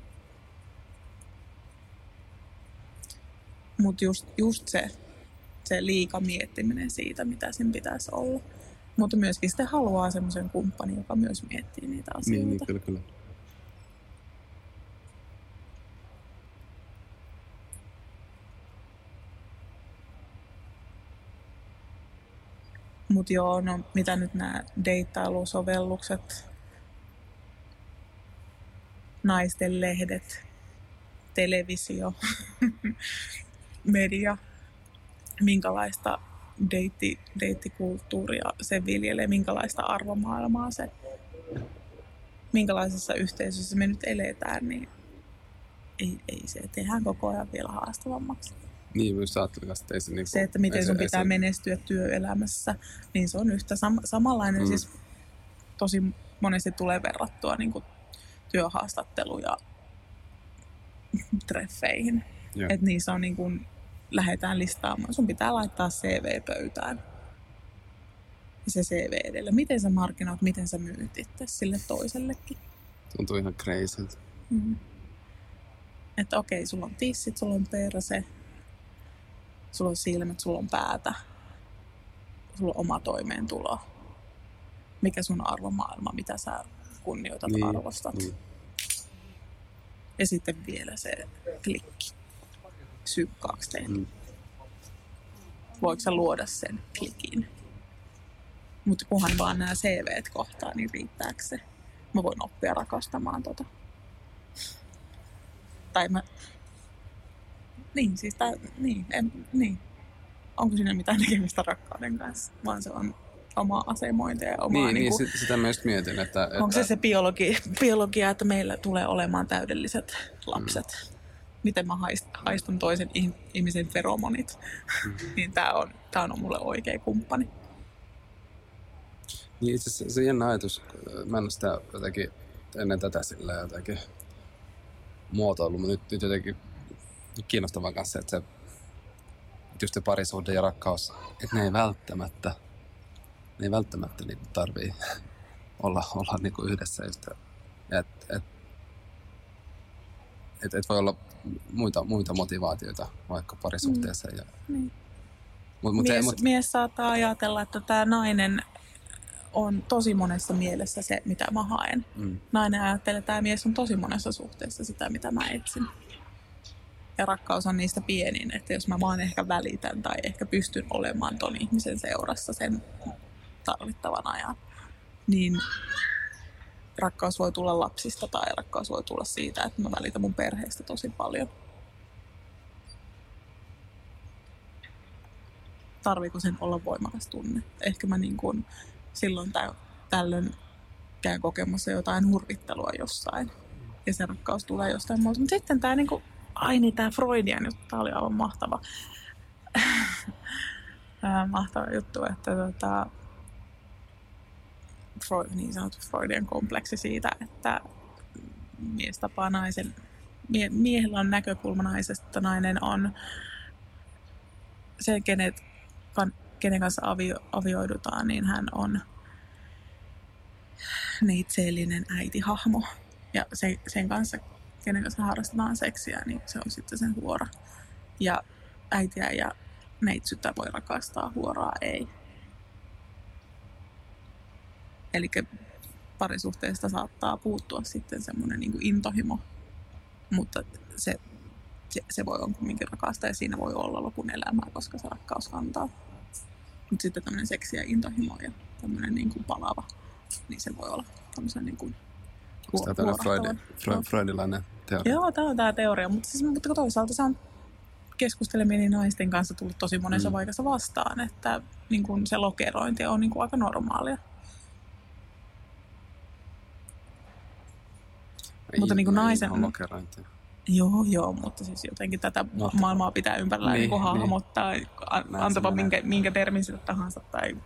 Speaker 2: Mutta just, just se, se liika miettiminen siitä, mitä sen pitäisi olla. Mutta myöskin sitten haluaa semmoisen kumppanin, joka myös miettii niitä asioita.
Speaker 1: Niin, niin kyllä, kyllä.
Speaker 2: Mutta joo, no mitä nyt nämä deittailusovellukset, naisten lehdet, televisio, media, minkälaista deitti, deittikulttuuria se viljelee, minkälaista arvomaailmaa se, minkälaisessa yhteisössä me nyt eletään, niin ei, ei se tehdään koko ajan vielä haastavammaksi.
Speaker 1: Niin, myös ajattelin, että ei se... Niin kuin,
Speaker 2: se, että miten sun
Speaker 1: se,
Speaker 2: pitää
Speaker 1: se...
Speaker 2: menestyä työelämässä, niin se on yhtä sam- samanlainen. Mm. Siis tosi monesti tulee verrattua niin kuin työhaastatteluja treffeihin. Että niissä on niin kuin lähdetään listaamaan. Sun pitää laittaa C V pöytään. Ja se C V edellä. Miten sä markkinoit, miten sä myyt itse sille toisellekin.
Speaker 1: Tuntuu ihan crazy.
Speaker 2: Mm. Että okei, sulla on tissit, sulla on perse, sulla on silmät, sulla on päätä, sulla on oma toimeentulo. Mikä sun arvomaailma, mitä sä kunnioitat, niin, arvostat. Niin. Ja sitten vielä se klikki. Synkkaaks teitä? Mm. Voiko sä luoda sen klikin? Mutta kunhan vaan nämä C V:t kohtaa, niin riittääkö se? Mä voin oppia rakastamaan tota. Tai mä... Niin, siis tää... Niin, en... Niin. Onko siinä mitään tekemistä rakkauden kanssa? Vaan se on omaa asemointia ja omaa...
Speaker 1: Niin,
Speaker 2: niin
Speaker 1: niin sitä myös mietin, että... että...
Speaker 2: Onko se se biologi, biologia, että meillä tulee olemaan täydelliset lapset? Mm. Miten mä haist, haistun toisen ihmisen feromonit? Mm. Niin tää on, tää on mulle oikea kumppani.
Speaker 1: Niin itse asiassa se jännä ajatus, mä en ole sitä jotenkin ennen tätä sillä jotenkin muotoillut, mutta nyt, nyt jotenkin kiinnostavaa kanssa, että se että just se parisuhde ja rakkaus, että ne ei välttämättä, ne ei välttämättä niin tarvii olla, olla niin kuin yhdessä just, että et, et, et voi olla muita, muita motivaatioita vaikka parisuhteessa. Mm. Ja,
Speaker 2: mm.
Speaker 1: mut, mut
Speaker 2: mies,
Speaker 1: ei, mut,
Speaker 2: mies saattaa ajatella, että tämä nainen on tosi monessa mielessä se, mitä mä haen. Mm. Nainen ajattelee, että tämä mies on tosi monessa suhteessa sitä, mitä mä etsin. Ja rakkaus on niistä pienin, että jos mä vaan ehkä välitän tai ehkä pystyn olemaan ton ihmisen seurassa sen tarvittavan ajan, niin rakkaus voi tulla lapsista tai rakkaus voi tulla siitä, että mä välitän mun perheestä tosi paljon. Tarviiko sen olla voimakas tunne? Ehkä mä niin kuin silloin tä- tällöin käyn kokemassa jotain hurvittelua jossain. Ja se rakkaus tulee jostain muuta. Mutta sitten tää niinku, ai niin tää Freudian juttu, tää oli aivan mahtava. mahtava juttu, että tota, Freud, niin sanottu Freudian kompleksi siitä, että mies tapaa naisen, mie, miehellä on näkökulma naisesta, että nainen on se, kenet, kan, kenen kanssa avio, avioidutaan, niin hän on neitseellinen äitihahmo. Ja se, sen kanssa, kenen kanssa harrastetaan seksiä, niin se on sitten sen huora. Ja äitiä ja neitsyttä voi rakastaa, huoraa ei. Eli parisuhteesta saattaa puuttua sitten semmoinen niin kuin intohimo, mutta se, se, se voi olla kumminkin rakastaa ja siinä voi olla lopun elämää, koska se rakkaus kantaa. Mutta sitten tämmöinen seksi ja intohimo ja tämmöinen niin kuin palava, niin se voi olla tämmöisen niin kuin
Speaker 1: huo- tämä on Freud, Freud, freudilainen teoria.
Speaker 2: Joo, tämä on tämä teoria, mutta, siis, mutta toisaalta se on keskusteleminen naisten kanssa tullut tosi monessa mm. paikassa vastaan, että niin kuin se lokerointi on niin kuin aika normaalia.
Speaker 1: Ei,
Speaker 2: mutta niin kuin naisen
Speaker 1: on lokerointia.
Speaker 2: Joo, joo, mutta siis jotenkin tätä no, maailmaa pitää ympärillä niin, niin hahmottaa, niin. Antapa minkä, minkä termin sitä tahansa. Tai...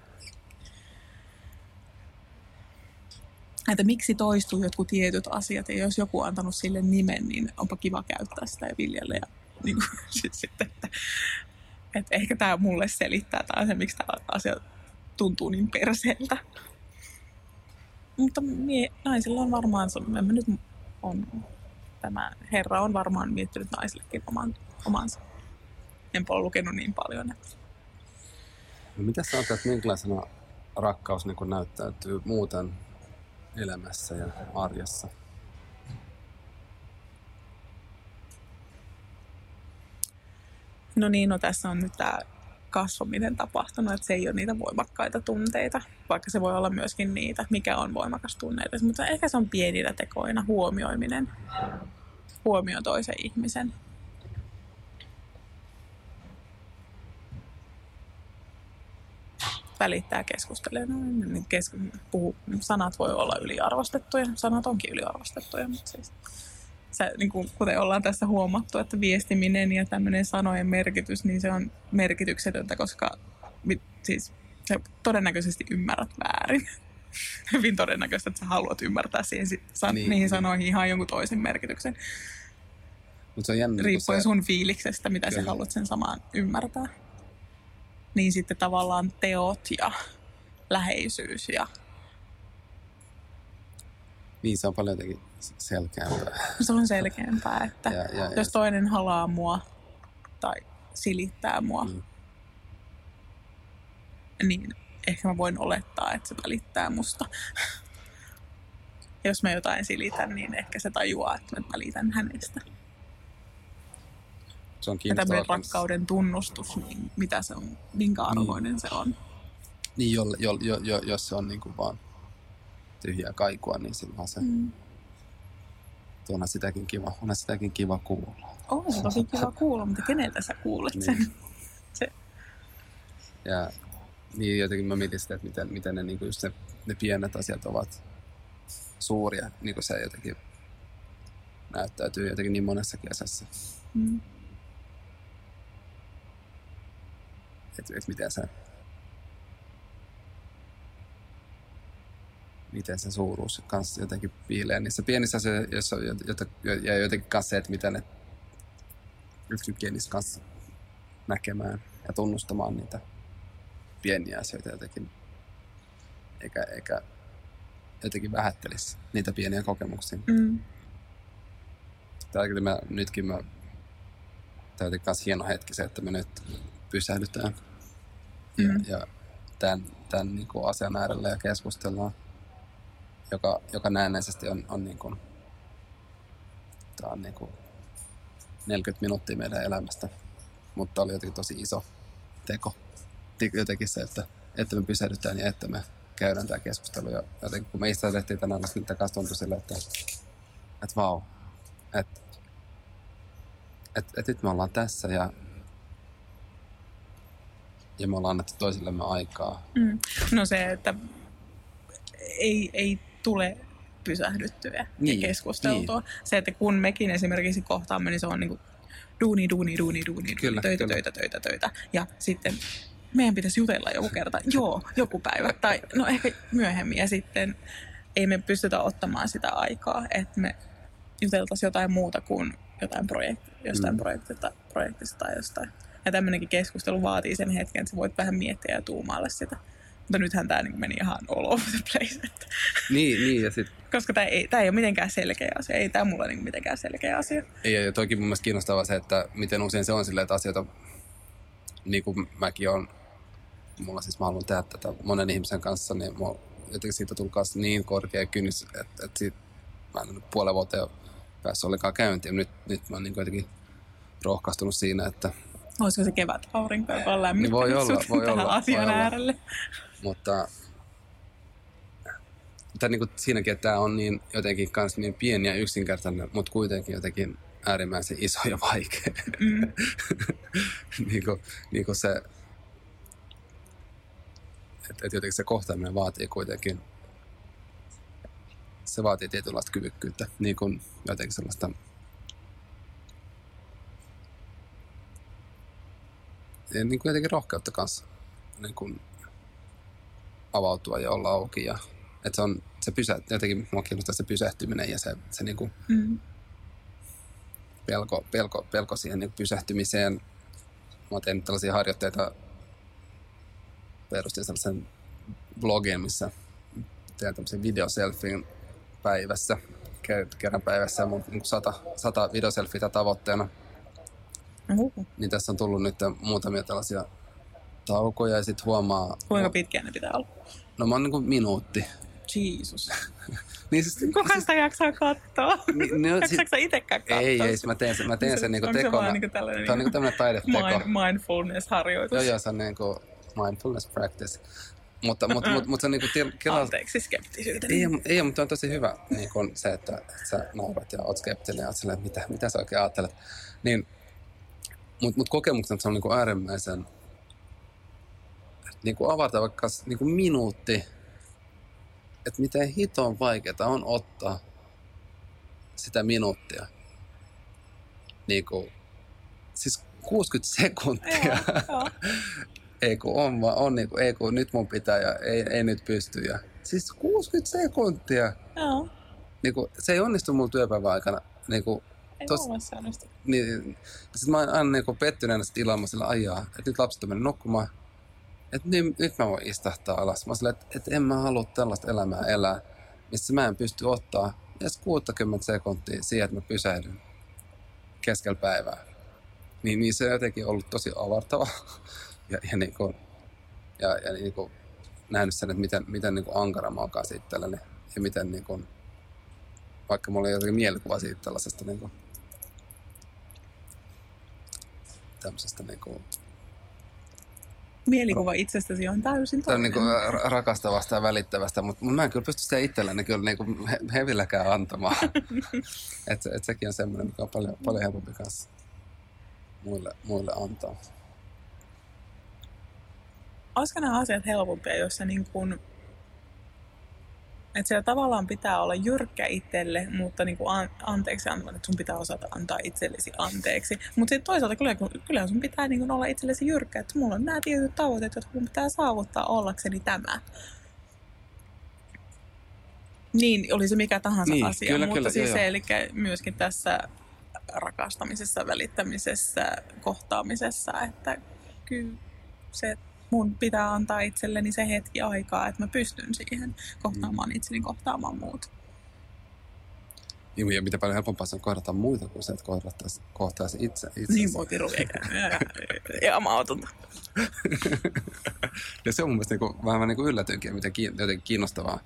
Speaker 2: Että miksi toistuu jotkut tietyt asiat, ja jos joku on antanut sille nimen, niin onpa kiva käyttää sitä ja viljellä. Ja, niin kuin, siis sitten, että, että ehkä tämä mulle selittää, tai se, miksi tämä asia tuntuu niin perseeltä. Mutta mie, naisilla on varmaan, en mä nyt on... Tämä herra on varmaan miettinyt naisillekin oman, omansa. Enpä ole lukenut niin paljon. Että...
Speaker 1: No, mitä sä ajattelet, minkälaisena rakkaus niin kun näyttäytyy muuten elämässä ja arjessa?
Speaker 2: No niin, no tässä on nyt tämä kasvaminen tapahtunut, että se ei ole niitä voimakkaita tunteita, vaikka se voi olla myöskin niitä, mikä on voimakas tunneita. Mutta ehkä se on pienillä tekoina huomioiminen, huomio toisen ihmisen. Välittää keskustelee. No, kes- puhu, sanat voi olla yliarvostettuja, sanat onkin yliarvostettuja, mutta siis se, niin kuin, kuten ollaan tässä huomattu, että viestiminen ja tämmöinen sanojen merkitys, niin se on merkityksetöntä, koska siis, sä todennäköisesti ymmärrät väärin. Hyvin todennäköistä, että sä haluat ymmärtää siihen, san, niin, niihin sanoihin ihan jonkun toisen merkityksen.
Speaker 1: Mut se on jännä,
Speaker 2: riippuen
Speaker 1: se...
Speaker 2: sun fiiliksestä, mitä
Speaker 1: Kyllä.
Speaker 2: sä haluat sen samaan ymmärtää. Niin sitten tavallaan teot ja läheisyys ja...
Speaker 1: Niin, se on paljon jotenkin selkeämpää.
Speaker 2: Se on selkeämpää, että
Speaker 1: ja, ja,
Speaker 2: jos
Speaker 1: ja...
Speaker 2: toinen halaa mua tai silittää mua,
Speaker 1: Mm.
Speaker 2: niin ehkä mä voin olettaa, että se välittää musta. Jos mä jotain silitän, niin ehkä se tajuaa, että mä välitän hänestä.
Speaker 1: Se on
Speaker 2: Ja
Speaker 1: kiinnostavaa.
Speaker 2: tämmöinen rakkauden tunnustus, niin mitä se on, minkä arvoinen niin. se on.
Speaker 1: Niin, jo, jo, jo, jo, jos se on niinku vaan tyhjää kaikua, niin silloin se... Mm. Onhan sitäkin kiva, onhan sitäkin kiva kuulla.
Speaker 2: On se tosi kiva kuulla, mutta keneltä sä kuulet sen?
Speaker 1: Niin.
Speaker 2: se.
Speaker 1: Ja niin jotenkin mä mietin sitä, että miten, miten ne, niinku just ne, ne pienet asiat ovat suuria. Niin kuin se jotenkin näyttäytyy jotenkin niin monessakin asiassa.
Speaker 2: Mm.
Speaker 1: Että et miten se... miten se suuruus kanssa jotenkin piilee niissä pienissä asioissa, ja jotenkin kanssa se, että miten ne kykenisi niissä kanssa näkemään ja tunnustamaan niitä pieniä asioita jotenkin, eikä, eikä jotenkin vähättelisi niitä pieniä kokemuksia.
Speaker 2: Mm.
Speaker 1: Täällä mä, nytkin mä, tämä on myös hieno hetki se, että me nyt pysähdytään mm. ja, ja tämän, tämän niin kuin asian äärellä ja keskustellaan. Joka, joka näennäisesti on, on, niin kuin, tää on niin kuin neljäkymmentä minuuttia meidän elämästä, mutta oli jotenkin tosi iso teko. Jotenkin se, että, että me pysähdytään ja että me käydään tämä keskustelu. Ja jotenkin kun me istutettiin tänään, niin takaisin tuntui sille, että, että vau, että, että, että nyt me ollaan tässä ja, ja me ollaan annettu toisillemme aikaa.
Speaker 2: Mm. No se, että ei, ei tule pysähdyttyä
Speaker 1: niin,
Speaker 2: ja keskusteltua.
Speaker 1: Niin.
Speaker 2: Se, että kun mekin esimerkiksi kohtaamme, niin se on niin kuin duuni, duuni, duuni, duuni,
Speaker 1: kyllä,
Speaker 2: töitä,
Speaker 1: kyllä.
Speaker 2: töitä, töitä, töitä. Ja sitten meidän pitäisi jutella joku kerta. Joo, joku päivä. Tai no ehkä myöhemmin. Ja sitten ei me pystytä ottamaan sitä aikaa, että me juteltaisiin jotain muuta kuin jotain projekti, jostain mm. projektista, projektista tai jostain. Ja tämmöinenkin keskustelu vaatii sen hetken, että sä voit vähän miettiä ja tuumailla sitä. Mutta nythän tämä niin meni ihan all over the place. Että.
Speaker 1: Niin, niin ja sit...
Speaker 2: Koska tämä ei, ei ole mitenkään selkeä asia. Ei tämä mulle niin mitenkään selkeä asia.
Speaker 1: Ei, ja toki mun mielestä kiinnostavaa se, että miten usein se on silleen, että asioita, niin kuin mäkin on, mulla siis mä haluan tehdä tätä monen ihmisen kanssa, niin mulla jotenkin siitä tulkaa niin korkea kynnys, että, että siitä, mä en ole puolen vuoteen päässyt ollenkaan käyntiin. Nyt, nyt mä oon niin jotenkin rohkaistunut siinä, että...
Speaker 2: Olisiko se kevät aurinko, joka on lämmittänyt
Speaker 1: niin voi olla,
Speaker 2: sut
Speaker 1: voi
Speaker 2: tähän
Speaker 1: olla,
Speaker 2: asian
Speaker 1: voi
Speaker 2: äärelle?
Speaker 1: Olla. Mutta niin kuin siinäkin, että tämä on niin, jotenkin kans niin pieni ja yksinkertainen, mutta kuitenkin jotenkin äärimmäisen iso ja vaikea. Mm. niin, kuin, niin kuin se, että et jotenkin se kohtaaminen vaatii kuitenkin, se vaatii tietynlaista kyvykkyyttä, niin kuin jotenkin sellaista ja niin kuin jotenkin rohkeutta kanssa niin kuin avautua ja olla auki. Ja, että se on se pysä, jotenkin mua kiinnostaa se pysähtyminen ja se, se niin kuin mm. pelko, pelko, pelko siihen niin kuin pysähtymiseen. Mä oon tehnyt tällaisia harjoitteita, perustin sellaisen blogin, missä teen tämmöisen videoselfin päivässä, kerran päivässä, mun niin sata, sata videoselfitä tavoitteena.
Speaker 2: Uhuhu.
Speaker 1: Niin tässä on tullut nyt muutamia tällaisia taukoja ja sitten huomaa...
Speaker 2: Kuinka pitkään ne pitää olla?
Speaker 1: No mä oon niin kuin minuutti.
Speaker 2: Jeesus.
Speaker 1: niin siis,
Speaker 2: Kuka
Speaker 1: siis,
Speaker 2: sitä jaksaa katsoa?
Speaker 1: Niin, no,
Speaker 2: Jaksaako sä itekään katsoa?
Speaker 1: Ei, ei, mä teen sen, mä teen sen niinku tekona.
Speaker 2: Niinku
Speaker 1: tämä on niinku tämmönen taideteko.
Speaker 2: Mind, mindfulness-harjoitus.
Speaker 1: Joo, joo, se on niinku mindfulness practice. Mutta, mutta, mutta, mutta se on niinku... Til,
Speaker 2: Anteeksi skeptisyyteni.
Speaker 1: Ei, ei, mutta on tosi hyvä niin kun se, että, että sä naurat ja oot skeptinen ja oot silleen, mitä, mitä sä oikein ajattelet. Niin, mutta mut kokemuksena se on niinku äärimmäisen... Niinku avata vaikka niinku minuutti, että miten hiton vaikeaa on ottaa sitä minuuttia. Niinku, siis kuusikymmentä sekuntia.
Speaker 2: Joo,
Speaker 1: ei kun on vaan, on niinku, ei kun nyt mun pitää ja ei, ei nyt pysty. Ja, siis kuusikymmentä sekuntia.
Speaker 2: Joo.
Speaker 1: Niinku, se ei onnistu mulla työpäivän aikana niinku,
Speaker 2: Ei
Speaker 1: tos,
Speaker 2: ole säännöstä.
Speaker 1: Niin, sitten mä oon aina niin pettyneenä sit ilman sillä ajaa, että nyt lapset on mennyt nukkumaan. Että nyt, nyt mä voin istahtaa alas. Mä oon silleen, että, että en mä halua tällaista elämää elää, missä mä en pysty ottaa edes kuusikymmentä sekuntia siihen, että mä pysähdyn keskellä päivää. Niin, niin se on jotenkin ollut tosi avartava. Ja, ja, niin kuin, ja, ja niin kuin nähnyt sen, että miten, miten niin kuin ankara mä oon kanssa itselleni. Ja miten, niin kuin, vaikka mulla oli jotenkin mielikuva siitä tällaisesta niin kuin, tämmöisestä niin kuin,
Speaker 2: mielikuva itsestäsi on täysin toinen.
Speaker 1: Niin kuin rakastavasta ja välittävästä, mutta mä en kyllä pysty sitä itselleni kyllä niin kuin hevilläkään antamaan. Että et sekin on semmoinen, mikä on paljon, paljon helpompi kanssa muille, muille antaa.
Speaker 2: Olisiko nämä asiat helpompia, joissa niin kuin, että siellä tavallaan pitää olla jyrkkä itselle, mutta niin kuin an, anteeksi antamaan, että sun pitää osata antaa itsellesi anteeksi. Mutta sitten toisaalta kyllä, kyllä sun pitää niin kuin olla itsellesi jyrkkä, että mulla on nämä tietyt tavoitteet, jotka mun pitää saavuttaa ollakseni tämä. Niin, oli se mikä tahansa
Speaker 1: niin,
Speaker 2: asia,
Speaker 1: kyllä,
Speaker 2: mutta
Speaker 1: kyllä,
Speaker 2: siis
Speaker 1: joo,
Speaker 2: se,
Speaker 1: joo.
Speaker 2: eli myöskin tässä rakastamisessa, välittämisessä, kohtaamisessa, että kyllä se mun pitää antaa itselleni se hetki aikaa, että mä pystyn siihen kohtaamaan mm. itseni, kohtaamaan muut.
Speaker 1: Niin, ja mitä paljon helpompaa se on kohdata muita kuin se, että kohtaisi, kohtaisi itse. Itsensä.
Speaker 2: Niin, muotiruviekään. Ja mautonta.
Speaker 1: Ja se on mun mielestä niin kuin, vähän niin kuin yllätynkin, miten jotenkin kiinnostavaa.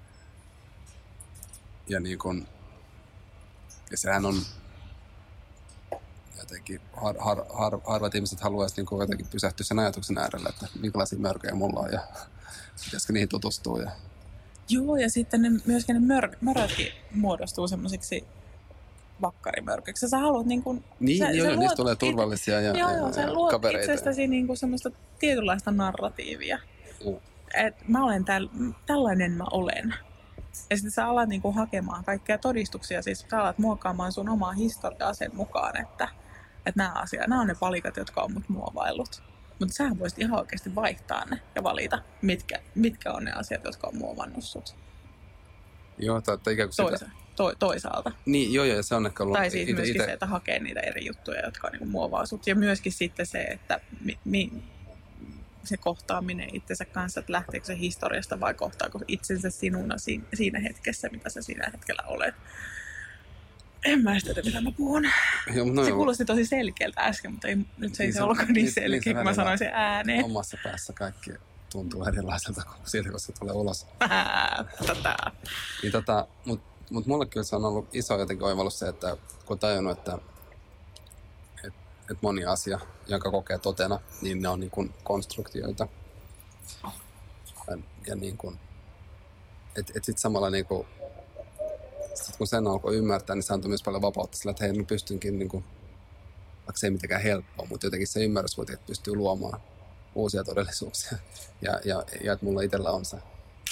Speaker 1: Ja niin kuin, ja sehän on jotenkin har, har, har, harvat ihmiset haluaisi niin kuin jotenkin pysähtyä sen ajatuksen äärelle, että minkälaisia mörköjä mulla on ja pitäisikö niihin tutustua. Ja...
Speaker 2: Joo, ja sitten ne, myöskin ne mör, mörötkin muodostuu semmoisiksi vakkarimörköiksi. Sä haluat niin kuin...
Speaker 1: Niin,
Speaker 2: sä,
Speaker 1: joo,
Speaker 2: sä
Speaker 1: niistä
Speaker 2: luot,
Speaker 1: tulee turvallisia ja,
Speaker 2: joo,
Speaker 1: ja,
Speaker 2: joo,
Speaker 1: ja,
Speaker 2: sä
Speaker 1: ja
Speaker 2: luot
Speaker 1: kavereita.
Speaker 2: itsestäsi niin kuin semmoista tietynlaista narratiivia.
Speaker 1: Mm.
Speaker 2: Et mä olen täl, tällainen mä olen. Ja sitten sä alat niinku hakemaan kaikkia todistuksia, siis sä alat muokkaamaan sun omaa historiaa sen mukaan, että, että nämä asiat, nämä on ne palikat, jotka on mut muovaillut. Mutta sähän voisit ihan oikeasti vaihtaa ne ja valita, mitkä, mitkä on ne asiat, jotka on muovannut sut.
Speaker 1: Joo, tai että ikään kuin
Speaker 2: Toisa,
Speaker 1: sitä...
Speaker 2: to, toisaalta.
Speaker 1: Niin, joo, joo, se on ehkä ollut...
Speaker 2: Tai siis
Speaker 1: ite,
Speaker 2: myöskin
Speaker 1: ite...
Speaker 2: se, että hakee niitä eri juttuja, jotka on niinku muovaa sut. Ja myöskin sitten se, että mi, mi, se kohtaaminen itsensä kanssa, että lähteekö se historiasta vai kohtaako itsensä sinuna siinä hetkessä, mitä sä siinä hetkellä olet. En mä sitä, mitä mä puhun.
Speaker 1: Joo, no,
Speaker 2: se
Speaker 1: joo.
Speaker 2: kuulosti tosi selkeältä äsken, mutta ei, nyt se ei
Speaker 1: niin
Speaker 2: se
Speaker 1: se,
Speaker 2: ollutkaan niin
Speaker 1: niin,
Speaker 2: selkeä,
Speaker 1: niin
Speaker 2: kun mä sanoin sen ääneen.
Speaker 1: Omassa päässä kaikki tuntuu erilaiselta kuin siitä, kun se tulee ulos.
Speaker 2: Tätä.
Speaker 1: Niin, tota, Mutta mut mulle kyllä se on ollut iso jotenkin oivallus se, että kun on tajunnut, että et, et moni asia, jonka kokee totena, niin ne on niin kuin konstruktioita. Ja, ja niin kuin, et, et sit samalla niin kuin, sit kun sen alkoi ymmärtää, niin se antoi myös paljon vapautta sillä, että hei, nyt pystynkin, niin kuin, vaikka se ei mitenkään helppoa, mutta jotenkin se ymmärrys kuitenkin, että pystyy luomaan uusia todellisuuksia. Ja, ja, ja että mulla itsellä on se,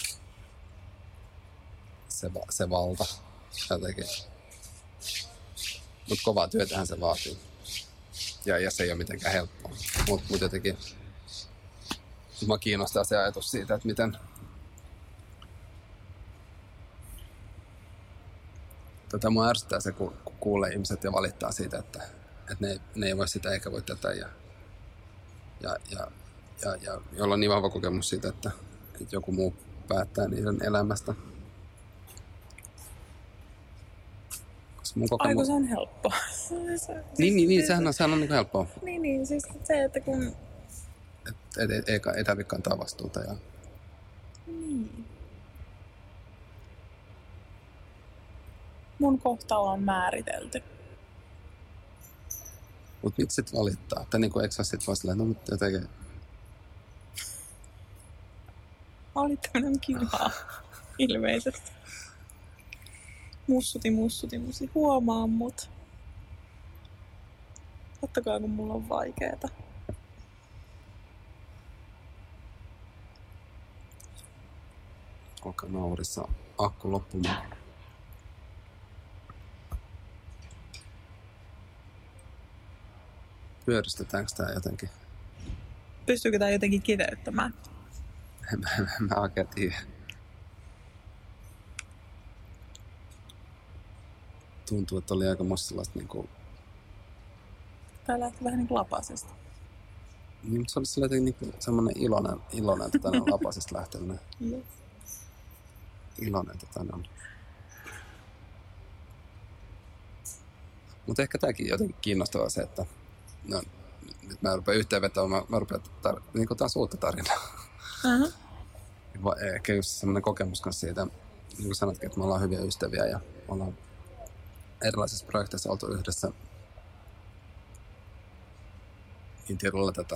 Speaker 1: se, se valta jotenkin. Mutta kovaa työtähän se vaatii. Ja, ja se ei ole mitenkään helppoa. Mutta mut jotenkin mua kiinnostaa se ajatus siitä, että miten Tätä mua ärsyttää se, kun kuulee ihmiset ja valittaa siitä, että, että ne, ne ei voi sitä eikä voi tätä. Ja, ja, ja, ja, ja jolla on niin vahva kokemus siitä, että, että joku muu päättää niiden elämästä. Mun kokemus...
Speaker 2: Aiku se on helppo. se,
Speaker 1: niin, niin, niin, sehän on, sehän on niin helppoa.
Speaker 2: Niin, niin, siis se, että kun...
Speaker 1: Että et, et, ei, ei tarvitse kantaa vastuuta. Ja...
Speaker 2: Niin. Mun kohtalo on määritelty.
Speaker 1: Mut miksi sit valittaa? Tai niinku eikö sä sit vaan silleen, no mut jotenkin...
Speaker 2: Valittaminen on kivaa, ilmeisesti. Mussuti, mussuti, mussuti. Huomaa mut. Ottakaa, kun mulla on vaikeeta.
Speaker 1: Alkaa naurissa akku loppumaan. Pyöristetäänkö tää jotenkin?
Speaker 2: Pystyykö tää jotenkin kiteyttämään?
Speaker 1: En mä, en mä oikein tiedä. tuntuu, että oli aika musta sellaista niinku...
Speaker 2: Tää lähti vähän niinku lapasesta.
Speaker 1: Niin, mutta se oli sellainen niinku semmoinen iloinen, iloinen tota, lapasesta lähtevänä.
Speaker 2: Yes.
Speaker 1: Iloinen tota, no. Mutta ehkä tämäkin jotenkin kiinnostavaa se, että no, nyt mä rupean yhteenvetoon, mä, mä rupean tar- niinku taas uutta tarinaa. Uh-huh. Ehkä just semmoinen kokemus kanssa siitä, niin kuin sanotkin, että me ollaan hyviä ystäviä ja ollaan erilaisissa projekteissa oltu yhdessä. Niin Tirulla tätä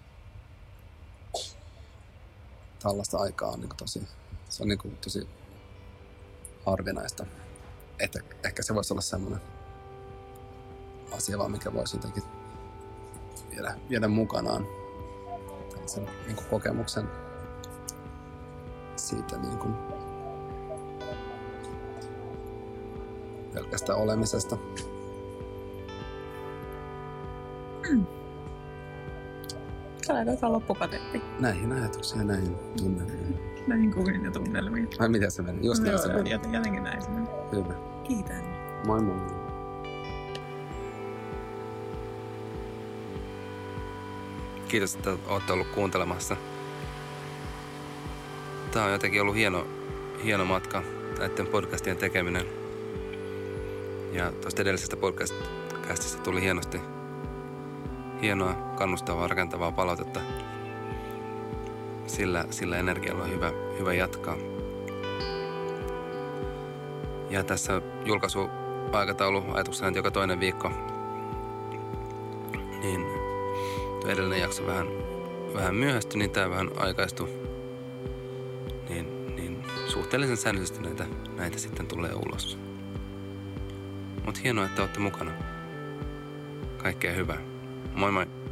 Speaker 1: tällaista aikaa on niin tosi, se on niin tosi harvinaista. Että ehkä se voisi olla semmoinen asia vaan, mikä voisi jotenkin viedä, viedä mukanaan tällaisen niin kokemuksen siitä niin kuin pelkästään olemisesta.
Speaker 2: Mm. Täällä taitaa loppukateetti.
Speaker 1: Näihin ajatuksiin ja näihin tunnelmiin.
Speaker 2: Näihin kuviin ja tunnelmiin.
Speaker 1: Ai miten se meni? Just
Speaker 2: no,
Speaker 1: näin se meni.
Speaker 2: Jotenkin näin se meni.
Speaker 1: Hyvä.
Speaker 2: Kiitän.
Speaker 1: Moi moi. Kiitos, että olette ollut kuuntelemassa. Tämä on jotenkin ollut hieno, hieno matka näiden podcastien tekeminen. Ja tuosta edellisestä podcastista tuli hienosti hienoa, kannustavaa, rakentavaa palautetta. Sillä, sillä energialla on hyvä, hyvä jatkaa. Ja tässä julkaisuaikataulu ajatuksena, että joka toinen viikko, niin tuo edellinen jakso vähän, vähän myöhästyi, niin tämä vähän aikaistui. Niin, niin suhteellisen säännöllisesti näitä, näitä sitten tulee ulos. Mutta hienoa, että olette mukana. Kaikkea hyvää. Moi moi!